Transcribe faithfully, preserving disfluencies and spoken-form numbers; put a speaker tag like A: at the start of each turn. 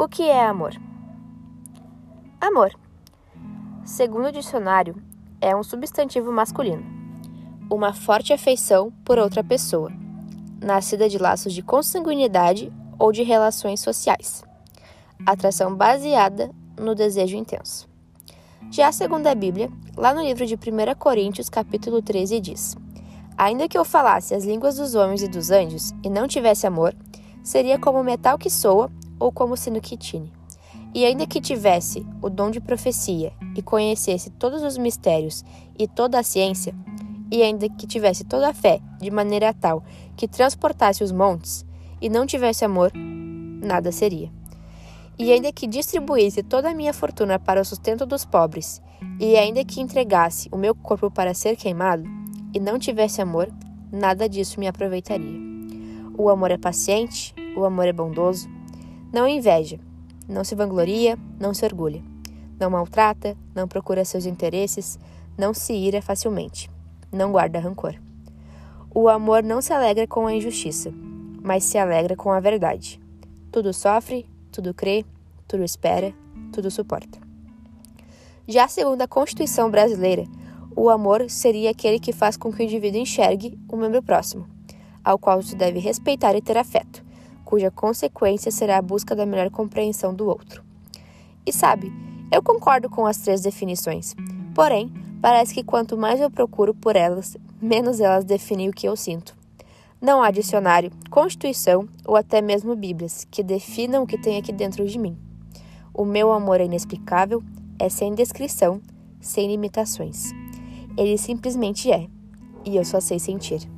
A: O que é amor? Amor, segundo o dicionário, é um substantivo masculino, uma forte afeição por outra pessoa, nascida de laços de consanguinidade ou de relações sociais, atração baseada no desejo intenso. Já segundo a Bíblia, lá no livro de primeira Coríntios, capítulo treze, diz: ainda que eu falasse as línguas dos homens e dos anjos e não tivesse amor, seria como metal que soa ou como sino que tine. E ainda que tivesse o dom de profecia e conhecesse todos os mistérios e toda a ciência, e ainda que tivesse toda a fé de maneira tal que transportasse os montes, e não tivesse amor, nada seria. E ainda que distribuísse toda a minha fortuna para o sustento dos pobres, e ainda que entregasse o meu corpo para ser queimado, e não tivesse amor, nada disso me aproveitaria. O amor é paciente, o amor é bondoso, não inveja, não se vangloria, não se orgulha, não maltrata, não procura seus interesses, não se ira facilmente, não guarda rancor. O amor não se alegra com a injustiça, mas se alegra com a verdade. Tudo sofre, tudo crê, tudo espera, tudo suporta. Já segundo a Constituição brasileira, o amor seria aquele que faz com que o indivíduo enxergue o membro próximo, ao qual se deve respeitar e ter afeto, cuja consequência será a busca da melhor compreensão do outro. E sabe, eu concordo com as três definições, porém, parece que quanto mais eu procuro por elas, menos elas definem o que eu sinto. Não há dicionário, Constituição ou até mesmo Bíblias que definam o que tem aqui dentro de mim. O meu amor é inexplicável, é sem descrição, sem limitações. Ele simplesmente é, e eu só sei sentir.